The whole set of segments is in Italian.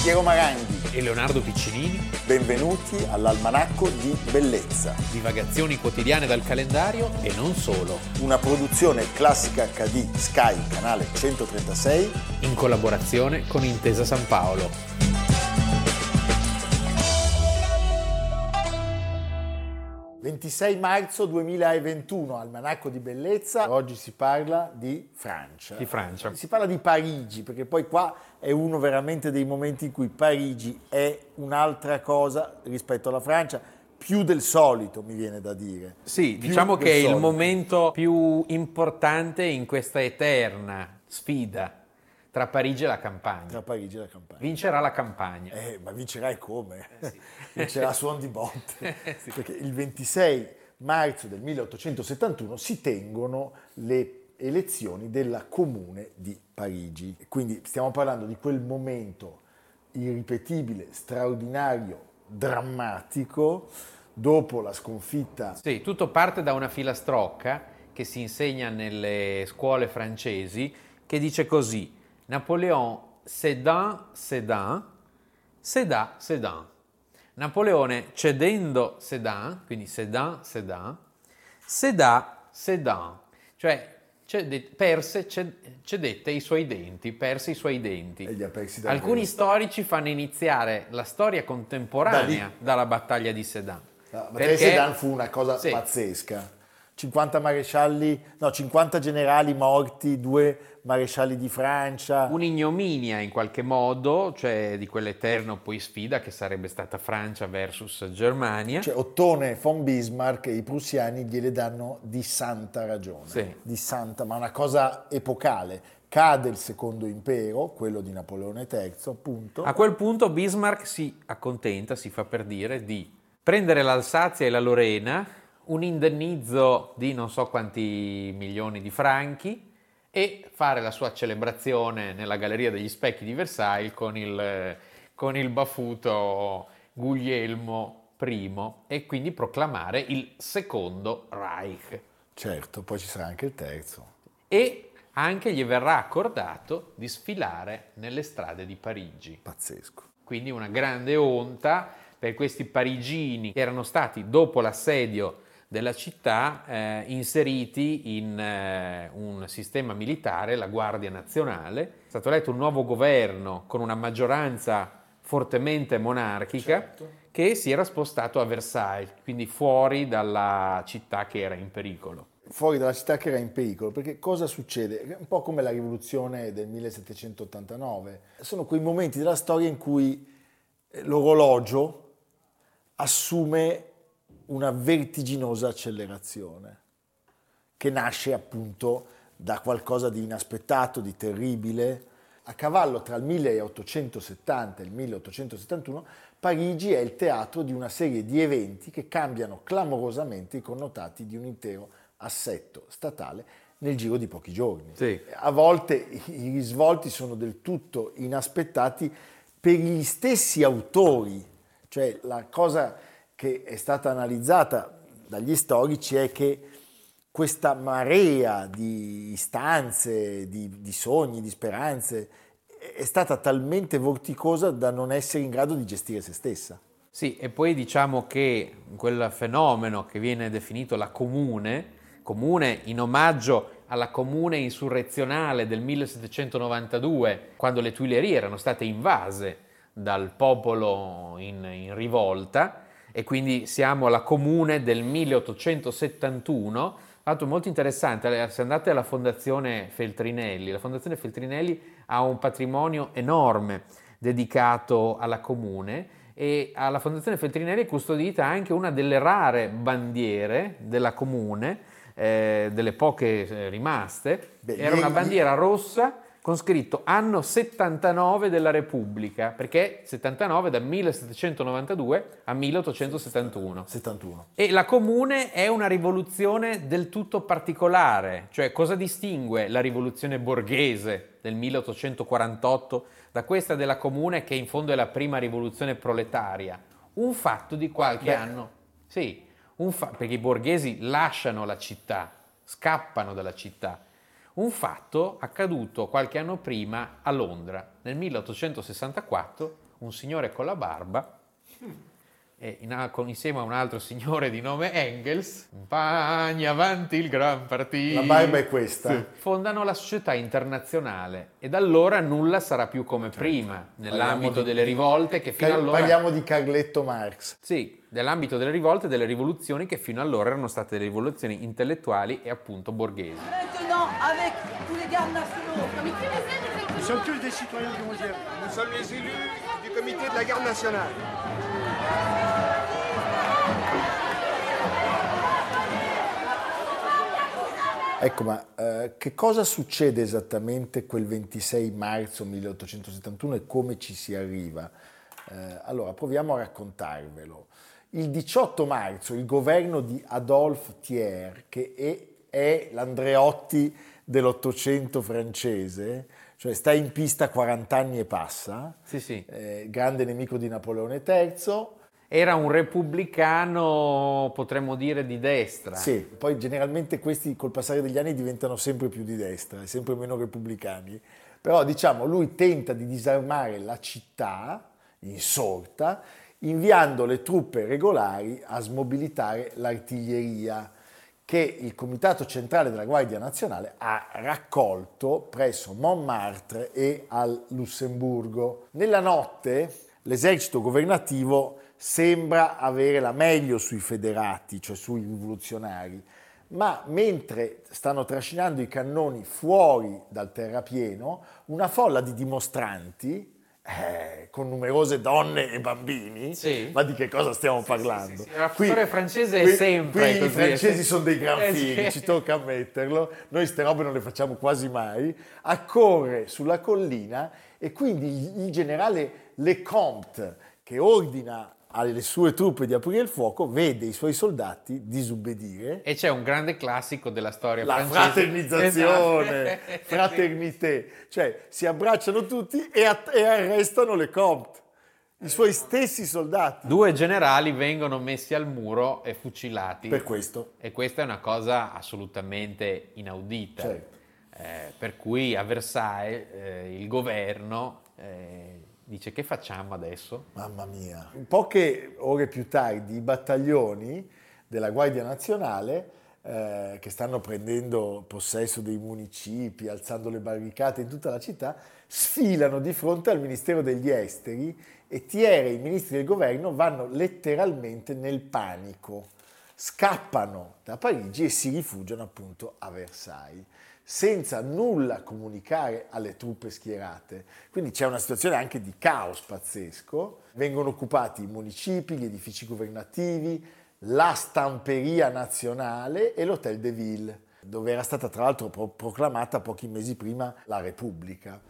Piero Maranghi e Leonardo Piccinini. Benvenuti all'Almanacco di Bellezza. Divagazioni quotidiane dal calendario e non solo. Una produzione Classica HD Sky, canale 136, in collaborazione con Intesa San Paolo. «26 marzo 2021, Almanacco di Bellezza». Oggi si parla di Francia. Di Francia. Si parla di Parigi, perché poi qua è uno veramente dei momenti in cui Parigi è un'altra cosa rispetto alla Francia, più del solito, mi viene da dire. Sì, Più diciamo del che è solito. il momento più importante in questa eterna sfida tra Parigi e la campagna. Tra Parigi e la campagna. Vincerà la campagna. Ma vincerai come? Sì. Vincerà a suon di botte. Sì. Perché il 26 marzo del 1871 si tengono le elezioni della Comune di Parigi. Quindi stiamo parlando di quel momento irripetibile, straordinario, drammatico, dopo la sconfitta. Sì, tutto parte da una filastrocca che si insegna nelle scuole francesi che dice così: Napoléon cédant, cédant, céda, cédant. Napoleone cedendo cédant, quindi cédant, cédant, céda, cédant. Cioè cedette i suoi denti, perse i suoi denti. E li ha persi davvero. Alcuni storici fanno iniziare la storia contemporanea dalla battaglia di Sedan. La battaglia di Sedan fu una cosa pazzesca. 50 marescialli, no, 50 generali morti, 2 marescialli di Francia. Un'ignominia in qualche modo, cioè di quell'eterno poi sfida che sarebbe stata Francia versus Germania. Cioè Ottone von Bismarck e i prussiani gliele danno di santa ragione. Sì. Di santa, ma una cosa epocale. Cade il secondo impero, quello di Napoleone III, appunto. A quel punto Bismarck si accontenta, si fa per dire, di prendere l'Alsazia e la Lorena, un indennizzo di non so quanti milioni di franchi e fare la sua celebrazione nella Galleria degli Specchi di Versailles con il baffuto Guglielmo I e quindi proclamare il secondo Reich. Certo, poi ci sarà anche il terzo. E anche gli verrà accordato di sfilare nelle strade di Parigi. Pazzesco. Quindi una grande onta per questi parigini che erano stati, dopo l'assedio della città, inseriti in un sistema militare, la Guardia Nazionale. È stato eletto un nuovo governo con una maggioranza fortemente monarchica, certo, che si era spostato a Versailles, quindi fuori dalla città che era in pericolo. Fuori dalla città che era in pericolo, perché cosa succede? Un po' come la rivoluzione del 1789. Sono quei momenti della storia in cui l'orologio assume una vertiginosa accelerazione che nasce appunto da qualcosa di inaspettato, di terribile. A cavallo tra il 1870 e il 1871 Parigi è il teatro di una serie di eventi che cambiano clamorosamente i connotati di un intero assetto statale nel giro di pochi giorni. Sì. A volte i risvolti sono del tutto inaspettati per gli stessi autori, cioè la cosa che è stata analizzata dagli storici è che questa marea di istanze, di sogni, di speranze è stata talmente vorticosa da non essere in grado di gestire se stessa. Sì, e poi diciamo che quel fenomeno che viene definito la comune in omaggio alla comune insurrezionale del 1792, quando le Tuileries erano state invase dal popolo in rivolta, e quindi siamo alla comune del 1871. Tra l'altro molto interessante, se andate alla Fondazione Feltrinelli, la Fondazione Feltrinelli ha un patrimonio enorme dedicato alla comune, e alla Fondazione Feltrinelli è custodita anche una delle rare bandiere della comune, delle poche rimaste. Era una bandiera rossa con scritto anno 79 della Repubblica, perché 79 da 1792 a 1871. 71. E la comune è una rivoluzione del tutto particolare, cioè cosa distingue la rivoluzione borghese del 1848 da questa della comune, che in fondo è la prima rivoluzione proletaria? Un fatto di qualche anno. Sì, perché i borghesi lasciano la città, scappano dalla città. Un fatto accaduto qualche anno prima a Londra, nel 1864, un signore con la barba e insieme a un altro signore di nome Engels, compagni avanti il gran partito. La barba è questa. Sì. Fondano la società internazionale e da allora nulla sarà più come prima, nell'ambito delle rivolte che fino allora... Parliamo di Carletto Marx. Sì, nell'ambito delle rivolte e delle rivoluzioni che fino allora erano state delle rivoluzioni intellettuali e appunto borghesi. Maintenant, avec tous les gardes nationaux, Nous sommes tous des citoyens du 11e. Nous sommes les élus du comité de la garde nationale. Ecco, ma che cosa succede esattamente quel 26 marzo 1871 e come ci si arriva? Allora, proviamo a raccontarvelo. Il 18 marzo il governo di Adolphe Thiers, che è l'Andreotti dell'Ottocento francese, cioè sta in pista 40 anni e passa, Sì. grande nemico di Napoleone III. Era un repubblicano, potremmo dire, di destra. Sì, poi generalmente questi col passare degli anni diventano sempre più di destra, sempre meno repubblicani. Però diciamo lui tenta di disarmare la città insorta inviando le truppe regolari a smobilitare l'artiglieria che il Comitato Centrale della Guardia Nazionale ha raccolto presso Montmartre e al Lussemburgo. Nella notte l'esercito governativo sembra avere la meglio sui federati, cioè sui rivoluzionari, ma mentre stanno trascinando i cannoni fuori dal terrapieno, una folla di dimostranti, con numerose donne e bambini, sì. Ma di che cosa stiamo parlando? Sì. La storia francese è sempre qui così. I francesi sono dei gran fighi, sì. ci tocca ammetterlo, noi ste robe non le facciamo quasi mai, accorre sulla collina e quindi il generale Lecomte, che ordina alle sue truppe di aprire il fuoco, vede i suoi soldati disubbidire. E c'è un grande classico della storia la francese. Fraternizzazione, Esatto. fraternité, cioè si abbracciano tutti e arrestano Lecomte, i suoi stessi soldati. 2 generali vengono messi al muro e fucilati. Per questo. E questa è una cosa assolutamente inaudita. Certo. Per cui a Versailles il governo dice: che facciamo adesso? Mamma mia. Poche ore più tardi i battaglioni della Guardia Nazionale che stanno prendendo possesso dei municipi, alzando le barricate in tutta la città, sfilano di fronte al Ministero degli Esteri e Thiers e i ministri del governo vanno letteralmente nel panico, scappano da Parigi e si rifugiano appunto a Versailles, senza nulla comunicare alle truppe schierate. Quindi c'è una situazione anche di caos pazzesco. Vengono occupati i municipi, gli edifici governativi, la stamperia nazionale e l'Hôtel de Ville, dove era stata tra l'altro proclamata pochi mesi prima la Repubblica.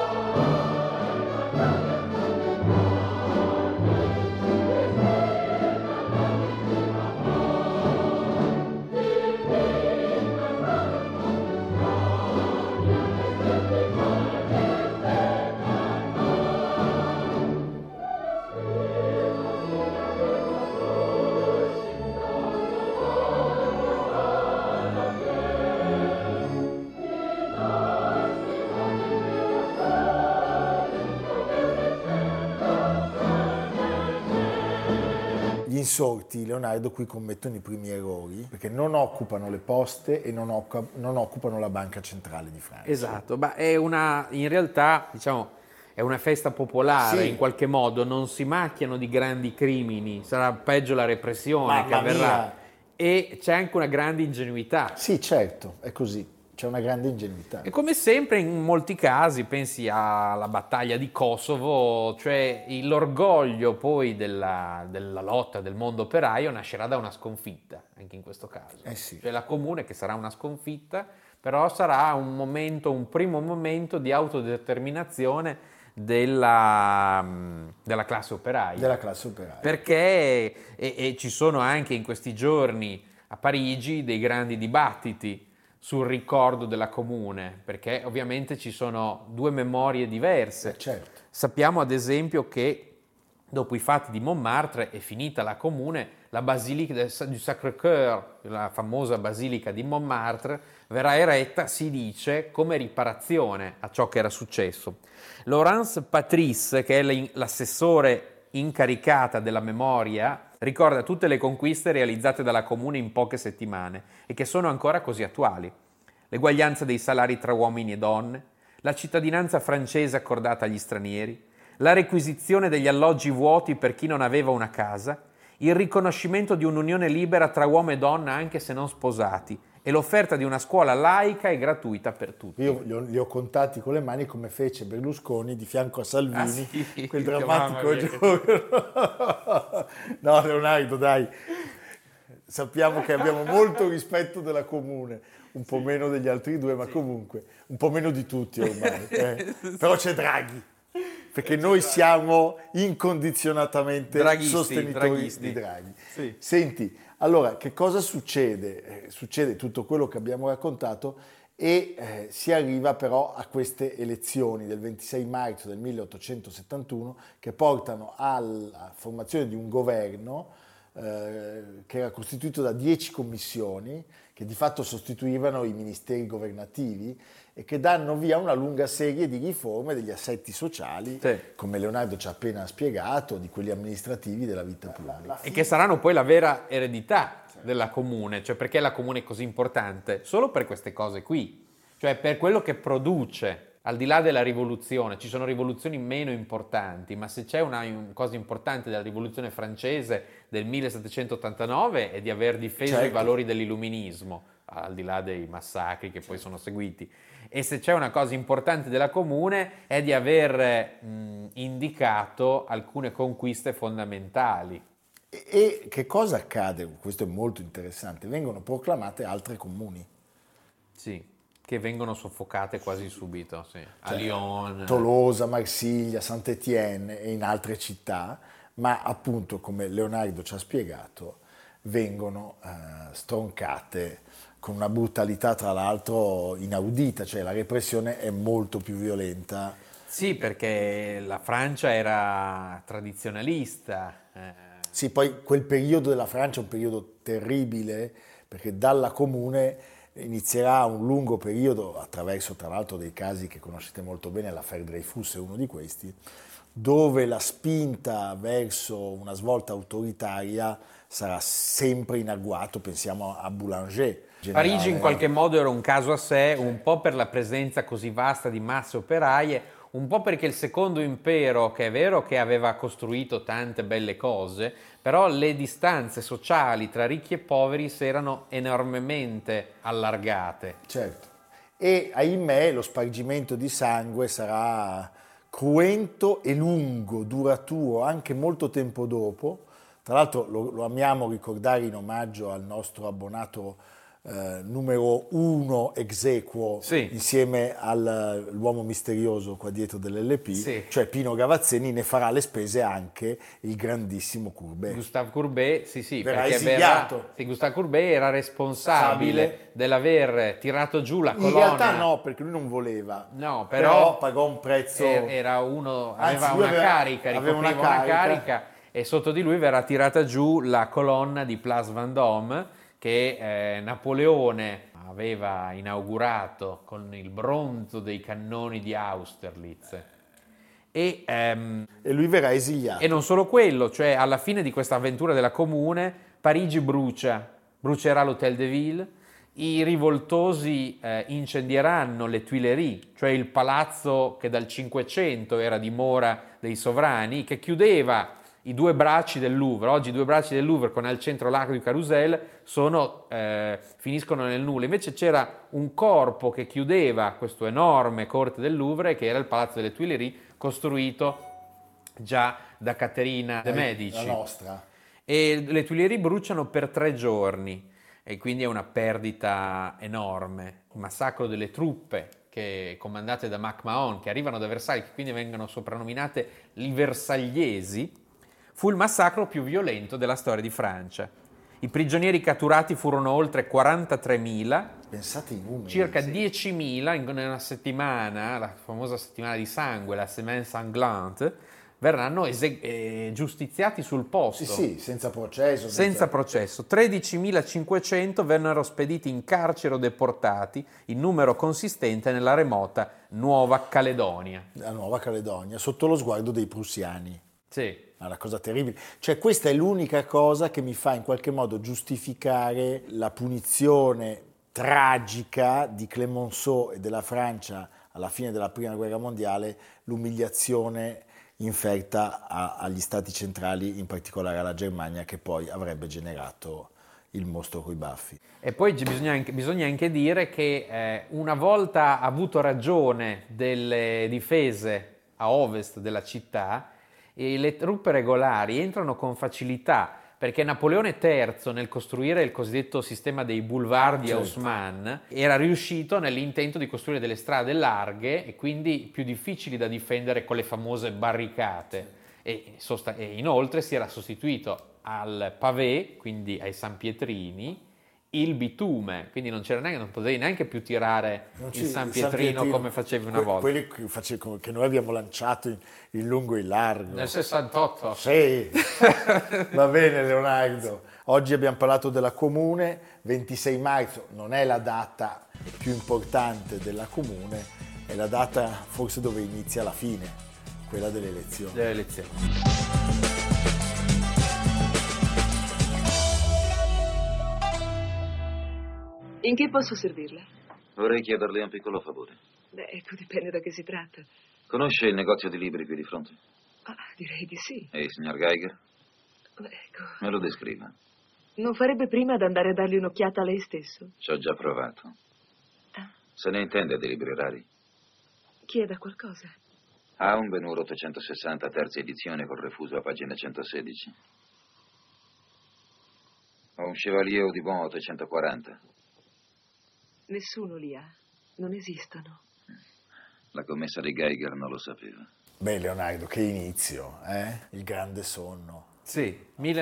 Gli insorti, Leonardo, qui commettono i primi errori perché non occupano le poste e non occupano la Banca Centrale di Francia. Esatto, ma in realtà, diciamo, è una festa popolare, sì. In qualche modo, non si macchiano di grandi crimini, sarà peggio la repressione che Mamma avverrà. mia. E c'è anche una grande ingenuità. Sì, certo, è così. C'è una grande ingenuità. E come sempre in molti casi, pensi alla battaglia di Kosovo, cioè l'orgoglio poi della lotta del mondo operaio nascerà da una sconfitta, anche in questo caso. Sì. Cioè la Comune, che sarà una sconfitta, però sarà un primo momento di autodeterminazione della classe operaia. Della classe operaia. Perché e ci sono anche in questi giorni a Parigi dei grandi dibattiti sul ricordo della Comune, perché ovviamente ci sono 2 memorie diverse. Certo. Sappiamo ad esempio che dopo i fatti di Montmartre è finita la Comune, la Basilique du Sacré-Cœur, la famosa basilica di Montmartre, verrà eretta, si dice, come riparazione a ciò che era successo. Laurence Patrice, che è l'assessore incaricata della memoria, ricorda tutte le conquiste realizzate dalla Comune in poche settimane e che sono ancora così attuali. L'eguaglianza dei salari tra uomini e donne, la cittadinanza francese accordata agli stranieri, la requisizione degli alloggi vuoti per chi non aveva una casa, il riconoscimento di un'unione libera tra uomo e donna anche se non sposati e l'offerta di una scuola laica e gratuita per tutti. Io li ho contati con le mani come fece Berlusconi di fianco a Salvini, sì, quel drammatico giorno. No, Leonardo, dai, sappiamo che abbiamo molto rispetto della Comune, un po' meno degli altri due, ma comunque un po' meno di tutti ormai. Però c'è Draghi, perché noi siamo incondizionatamente sostenitori di Draghi. Sì. Senti, allora, che cosa succede? Succede tutto quello che abbiamo raccontato e si arriva però a queste elezioni del 26 marzo del 1871 che portano alla formazione di un governo che era costituito da 10 commissioni che di fatto sostituivano i ministeri governativi e che danno via una lunga serie di riforme degli assetti sociali, sì, come Leonardo ci ha appena spiegato, di quelli amministrativi della vita pubblica. E che saranno poi la vera eredità della Comune, cioè perché la Comune è così importante? Solo per queste cose qui, cioè per quello che produce. Al di là della rivoluzione, ci sono rivoluzioni meno importanti, ma se c'è una cosa importante della rivoluzione francese del 1789 è di aver difeso i valori dell'illuminismo, al di là dei massacri che poi sono seguiti. E se c'è una cosa importante della Comune è di aver indicato alcune conquiste fondamentali. E che cosa accade? Questo è molto interessante. Vengono proclamate altre comuni. Sì, che vengono soffocate quasi subito, sì. A Lyon, Tolosa, Marsiglia, Saint-Étienne e in altre città, ma appunto, come Leonardo ci ha spiegato, vengono stroncate con una brutalità tra l'altro inaudita, cioè la repressione è molto più violenta. Sì, perché la Francia era tradizionalista. Sì, poi quel periodo della Francia è un periodo terribile, perché dalla Comune inizierà un lungo periodo, attraverso tra l'altro dei casi che conoscete molto bene, l'affaire Dreyfus è uno di questi, dove la spinta verso una svolta autoritaria sarà sempre in agguato, pensiamo a Boulanger. Parigi in qualche modo era un caso a sé, un po' per la presenza così vasta di masse operaie, un po' perché il Secondo Impero, che è vero che aveva costruito tante belle cose, però le distanze sociali tra ricchi e poveri si erano enormemente allargate. Certo, e ahimè lo spargimento di sangue sarà cruento e lungo, duraturo, anche molto tempo dopo. Tra l'altro lo amiamo ricordare in omaggio al nostro abbonato numero 1 ex aequo, sì, insieme all'uomo misterioso qua dietro dell'LP, sì, cioè Pino Gavazzeni, ne farà le spese anche il grandissimo Courbet. Gustave Courbet, sì, verrà perché esiliato. Gustave Courbet era responsabile dell'aver tirato giù la colonna. In realtà no, perché lui non voleva, no, però pagò un prezzo. Era uno, aveva Anzi, una carica, ricopriva una carica e sotto di lui verrà tirata giù la colonna di Place Vendôme che Napoleone aveva inaugurato con il bronzo dei cannoni di Austerlitz. E lui verrà esiliato. E non solo quello, cioè alla fine di questa avventura della Comune, Parigi brucerà l'Hôtel de Ville, i rivoltosi incendieranno le Tuileries, cioè il palazzo che dal Cinquecento era dimora dei sovrani, che chiudeva i due bracci del Louvre. Oggi i due bracci del Louvre con al centro l'Arc du Carrousel finiscono nel nulla. Invece c'era un corpo che chiudeva questo enorme corte del Louvre, che era il Palazzo delle Tuileries, costruito già da Caterina de' Medici. La nostra. E le Tuileries bruciano per 3 giorni e quindi è una perdita enorme. Il massacro delle truppe comandate da MacMahon, che arrivano da Versailles, che quindi vengono soprannominate i versagliesi, fu il massacro più violento della storia di Francia. I prigionieri catturati furono oltre 43.000. Pensate i numeri. Circa 10.000 in una settimana, la famosa settimana di sangue, la Semaine Sanglante, verranno giustiziati sul posto. Sì, senza processo. Senza processo. 13.500 vennero spediti in carcere o deportati, in numero consistente nella remota Nuova Caledonia. La Nuova Caledonia, sotto lo sguardo dei prussiani. Sì. È una cosa terribile. Cioè, questa è l'unica cosa che mi fa in qualche modo giustificare la punizione tragica di Clemenceau e della Francia alla fine della Prima Guerra Mondiale, l'umiliazione inferta agli stati centrali, in particolare alla Germania, che poi avrebbe generato il mostro coi baffi. E poi bisogna anche dire che una volta avuto ragione delle difese a ovest della città, le truppe regolari entrano con facilità, perché Napoleone III, nel costruire il cosiddetto sistema dei boulevard di Haussmann, era riuscito nell'intento di costruire delle strade larghe e quindi più difficili da difendere con le famose barricate. E inoltre si era sostituito al pavé, quindi ai sanpietrini, il bitume, quindi non potevi neanche più tirare il San Pietrino come facevi una volta. Quelli che noi abbiamo lanciato in lungo e in largo. Nel 68. Sì, va bene Leonardo. Oggi abbiamo parlato della Comune, 26 marzo non è la data più importante della Comune, è la data forse dove inizia la fine, quella delle elezioni. In che posso servirla? Vorrei chiederle un piccolo favore. Beh, dipende da che si tratta. Conosce il negozio di libri qui di fronte? Ah, direi di sì. E il signor Geiger? Beh, ecco. Me lo descriva. Non farebbe prima ad andare a dargli un'occhiata a lei stesso? Ci ho già provato. Ah. Se ne intende dei libri rari? Chieda qualcosa. Ha un Ben-Hur 860, terza edizione, col refuso a pagina 116. Ho un Chevalier Audubon 840. Nessuno li ha. Non esistono. La commessa di Geiger non lo sapeva. Beh, Leonardo, che inizio, eh? Il grande sonno. Sì,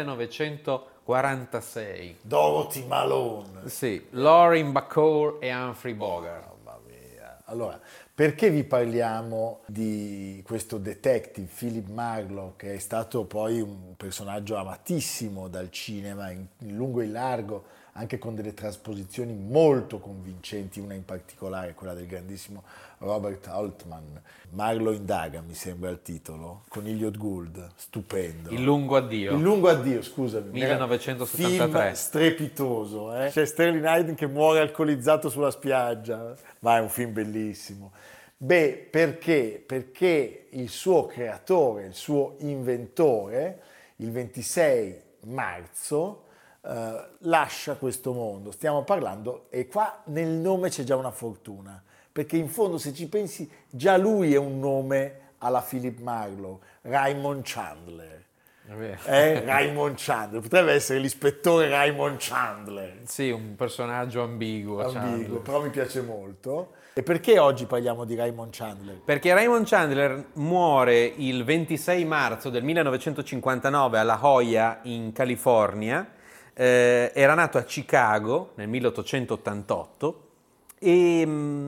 1946. Dorothy Malone. Sì, Lauren Bacall e Humphrey Bogart. Mamma mia. Allora, perché vi parliamo di questo detective Philip Marlowe, che è stato poi un personaggio amatissimo dal cinema in lungo e in largo, anche con delle trasposizioni molto convincenti, una in particolare, quella del grandissimo Robert Altman. Marlowe indaga, mi sembra il titolo, con Elliot Gould, stupendo. Il lungo addio. Il lungo addio, scusami. 1973. Film strepitoso, eh? C'è Sterling Hayden che muore alcolizzato sulla spiaggia, ma è un film bellissimo. Beh, perché? Perché il suo creatore, il suo inventore, il 26 marzo, lascia questo mondo. Stiamo parlando, e qua nel nome c'è già una fortuna, perché in fondo, se ci pensi, già lui è un nome alla Philip Marlowe, Raymond Chandler. Raymond Chandler, potrebbe essere l'ispettore Raymond Chandler. Sì, un personaggio ambiguo, però mi piace molto. E perché oggi parliamo di Raymond Chandler? Perché Raymond Chandler muore il 26 marzo del 1959 a La Jolla, in California. Era nato a Chicago nel 1888 e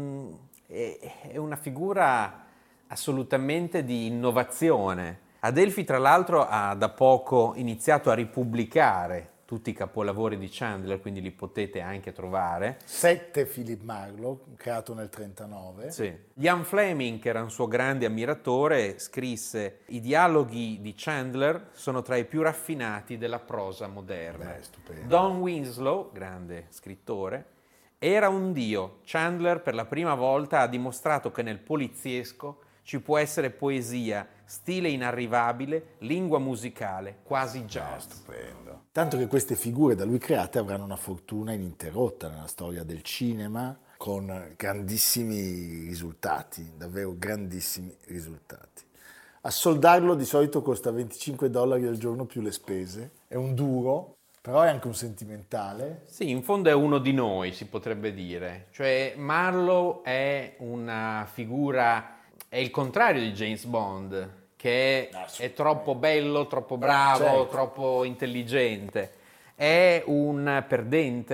è una figura assolutamente di innovazione. Adelphi, tra l'altro, ha da poco iniziato a ripubblicare tutti i capolavori di Chandler, quindi li potete anche trovare. 7 Philip Marlowe, creato nel 1939. Sì. Ian Fleming, che era un suo grande ammiratore, scrisse: i dialoghi di Chandler sono tra i più raffinati della prosa moderna. Stupendo. Don Winslow, grande scrittore, era un dio. Chandler per la prima volta ha dimostrato che nel poliziesco ci può essere poesia, stile inarrivabile, lingua musicale, quasi jazz. Stupendo. Tanto che queste figure da lui create avranno una fortuna ininterrotta nella storia del cinema, con grandissimi risultati, davvero grandissimi risultati. Assoldarlo di solito costa $25 al giorno più le spese, è un duro, però è anche un sentimentale. Sì, in fondo è uno di noi, si potrebbe dire. Cioè Marlowe è una figura, è il contrario di James Bond, che è troppo bello, troppo bravo, certo, troppo intelligente. È un perdente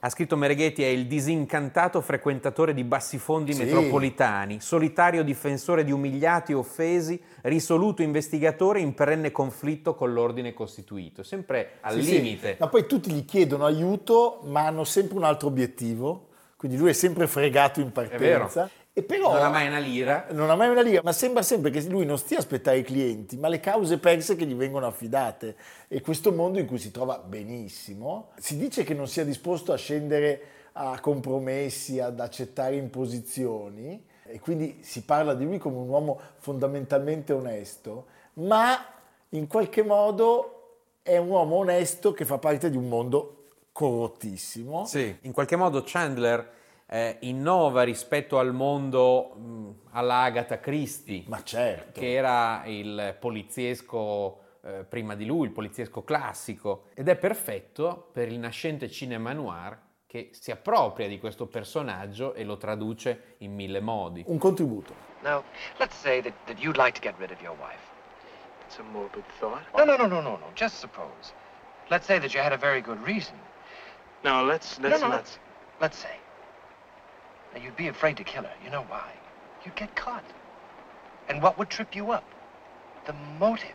Ha scritto Mereghetti, è il disincantato frequentatore di bassifondi Sì. metropolitani, solitario difensore di umiliati e offesi, risoluto investigatore in perenne conflitto con l'ordine costituito, sempre al Sì, limite. sì. Ma poi tutti gli chiedono aiuto, ma hanno sempre un altro obiettivo, quindi lui è sempre fregato in partenza. E però Non ha mai una lira. Non ha mai una lira, ma sembra sempre che lui non stia a aspettare i clienti, ma le cause perse che gli vengono affidate. E questo mondo in cui si trova benissimo. Si dice che non sia disposto a scendere a compromessi, ad accettare imposizioni, e quindi si parla di lui come un uomo fondamentalmente onesto, ma in qualche modo è un uomo onesto che fa parte di un mondo corrottissimo. Sì. In qualche modo Chandler innova rispetto al mondo alla Agatha Christie, Ma certo. che era il poliziesco prima di lui, il poliziesco classico, ed è perfetto per il nascente cinema noir che si appropria di questo personaggio e lo traduce in 1000 modi. Un contributo. Now, let's say that you'd like to get rid of your wife. It's a morbid thought. No. Just suppose. Let's say that you had a very good reason. No, let's No, not. Let's say. Now, you'd be afraid to kill her. You know why? You'd get caught. And what would trip you up? The motive.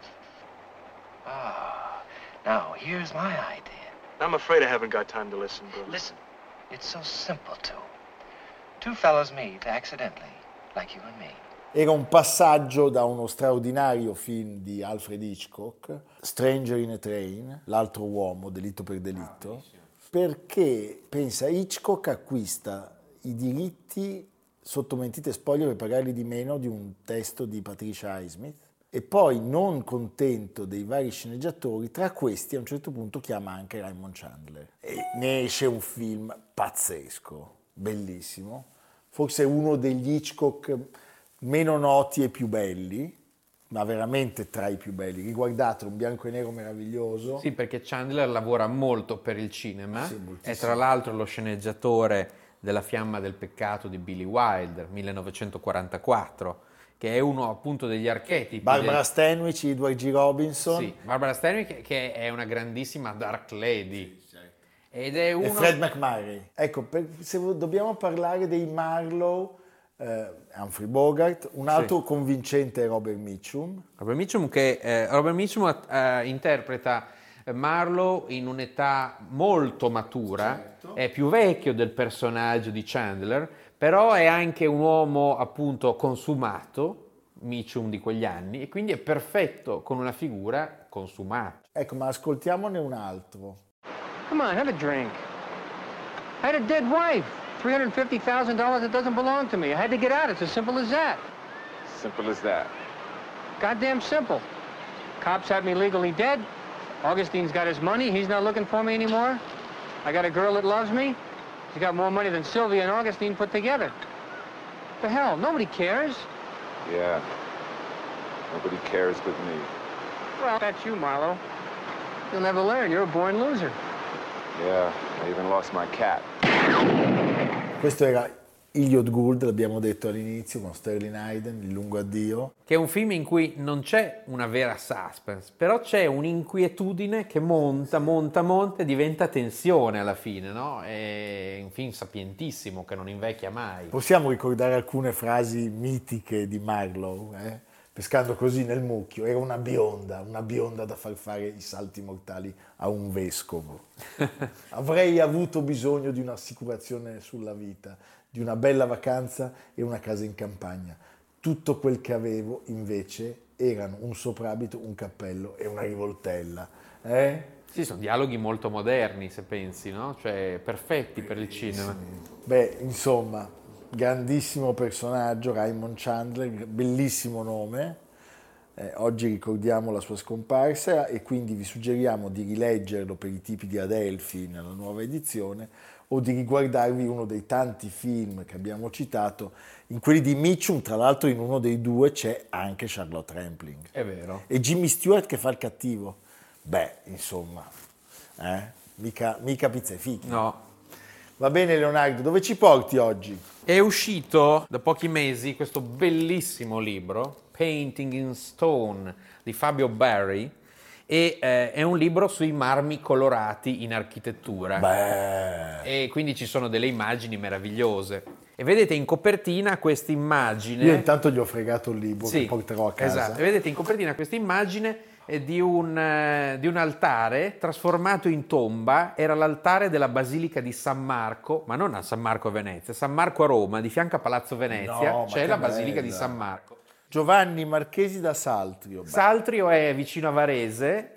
Ah. Now, here's my idea. I'm afraid I haven't got time to listen, Bill. Listen, it's so simple, too. Two fellows meet accidentally, like you and me. Era un passaggio da uno straordinario film di Alfred Hitchcock, Stranger in a Train, L'altro uomo, Delitto per delitto, perché, pensa, Hitchcock acquista i diritti sotto mentite spoglie per pagarli di meno di un testo di Patricia Highsmith e poi, non contento dei vari sceneggiatori, tra questi a un certo punto chiama anche Raymond Chandler e ne esce un film pazzesco, bellissimo, forse uno degli Hitchcock meno noti e più belli, ma veramente tra i più belli. Riguardatelo, un bianco e nero meraviglioso. Sì, perché Chandler lavora molto per il cinema, Sì, è moltissimo. tra l'altro lo sceneggiatore della Fiamma del peccato di Billy Wilder, 1944, che è uno appunto degli archetipi. Barbara Stanwyck, Edward G. Robinson Sì, Barbara Stanwyck che è una grandissima dark lady. Ed è uno... e Fred McMurray. Ecco, se dobbiamo parlare dei Marlowe, Humphrey Bogart, un altro convincente è Robert Mitchum. Robert Mitchum interpreta Marlowe in un'età molto matura, è più vecchio del personaggio di Chandler, però è anche un uomo appunto consumato, Mitchum di quegli anni, e quindi è perfetto con una figura consumata. Ecco, ma ascoltiamone un altro. Come on, have a drink. I had a dead wife. $350,000 that doesn't belong to me. I had to get out. It's as simple as that. Simple as that. Goddamn simple. Cops have me legally dead. Augustine's got his money. He's not looking for me anymore. I got a girl that loves me. She's got more money than Sylvia and Augustine put together. The hell? Nobody cares. Yeah. Nobody cares but me. Well, that's you, Marlowe. You'll never learn. You're a born loser. Yeah, I even lost my cat. Questo era Elliot Gould, l'abbiamo detto all'inizio, con Sterling Hayden, Il lungo addio. Che è un film in cui non c'è una vera suspense, però c'è un'inquietudine che monta e diventa tensione alla fine, no? È un film sapientissimo che non invecchia mai. Possiamo ricordare alcune frasi mitiche di Marlowe, pescando così nel mucchio. Era una bionda da far fare i salti mortali a un vescovo. Avrei avuto bisogno di un'assicurazione sulla vita, di una bella vacanza e una casa in campagna. Tutto quel che avevo, invece, erano un soprabito, un cappello e una rivoltella. Sì, sono dialoghi molto moderni, se pensi, no? Cioè, perfetti per il cinema. Beh, insomma, grandissimo personaggio, Raymond Chandler, bellissimo nome. Oggi ricordiamo la sua scomparsa e quindi vi suggeriamo di rileggerlo per i tipi di Adelphi nella nuova edizione o di riguardarvi uno dei tanti film che abbiamo citato. In quelli di Mitchum, tra l'altro, in uno dei due c'è anche Charlotte Rampling. È vero. E Jimmy Stewart che fa il cattivo. Beh, insomma, mica pizza e fichi. No. Va bene Leonardo, dove ci porti oggi? È uscito da pochi mesi questo bellissimo libro, Painting in Stone, di Fabio Barry, e è un libro sui marmi colorati in architettura. Beh. E quindi ci sono delle immagini meravigliose. E vedete in copertina questa immagine. Io intanto gli ho fregato il libro Sì, che porterò a casa. Esatto. E vedete in copertina questa immagine di un altare trasformato in tomba. Era l'altare della Basilica di San Marco, ma non a San Marco a Venezia, San Marco a Roma, di fianco a Palazzo Venezia, No, ma c'è che la Basilica bella. di San Marco. Giovanni Marchesi da Saltrio. Saltrio è vicino a Varese,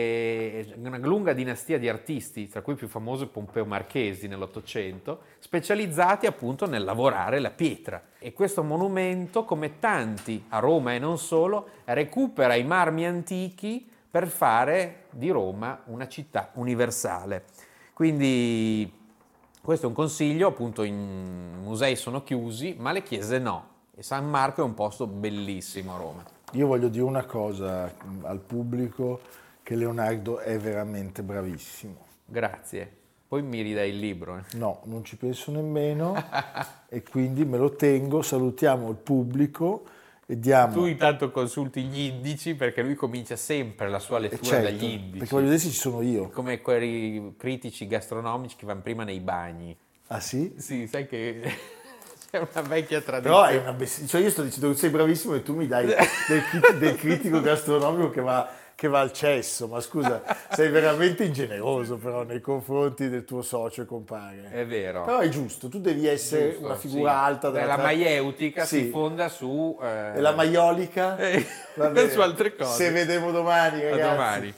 è una lunga dinastia di artisti, tra cui il più famoso è Pompeo Marchesi nell'Ottocento, specializzati appunto nel lavorare la pietra. E questo monumento, come tanti a Roma e non solo, recupera i marmi antichi per fare di Roma una città universale. Quindi questo è un consiglio, appunto i musei sono chiusi, ma le chiese no. E San Marco è un posto bellissimo a Roma. Io voglio dire una cosa al pubblico, che Leonardo è veramente bravissimo. Grazie. Poi mi ridai il libro. No, non ci penso nemmeno e quindi me lo tengo. Salutiamo il pubblico e diamo... Tu intanto consulti gli indici perché lui comincia sempre la sua lettura certo, dagli indici. perché voglio vedere se ci sono io. Come quei critici gastronomici che vanno prima nei bagni. Ah sì? Sì, sai che... È una vecchia tradizione. Però è una cioè io sto dicendo che sei bravissimo e tu mi dai del critico gastronomico che va al cesso, ma scusa, sei veramente ingeneroso però nei confronti del tuo socio e compare. È vero. Però è giusto, tu devi essere Giusto, una figura sì. alta. La maieutica sì. si fonda su... E la maiolica? Su altre cose. Se vedremo domani, ragazzi. A domani.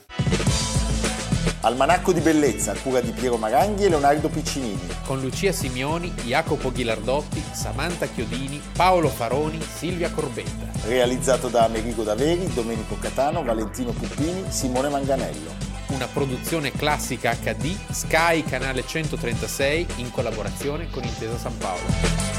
Almanacco di bellezza, a cura di Piero Maranghi e Leonardo Piccinini. Con Lucia Simioni, Jacopo Ghilardotti, Samantha Chiodini, Paolo Faroni, Silvia Corbetta. Realizzato da Amerigo Daveri, Domenico Catano, Valentino Puppini, Simone Manganello. Una produzione classica HD, Sky Canale 136 in collaborazione con Intesa San Paolo.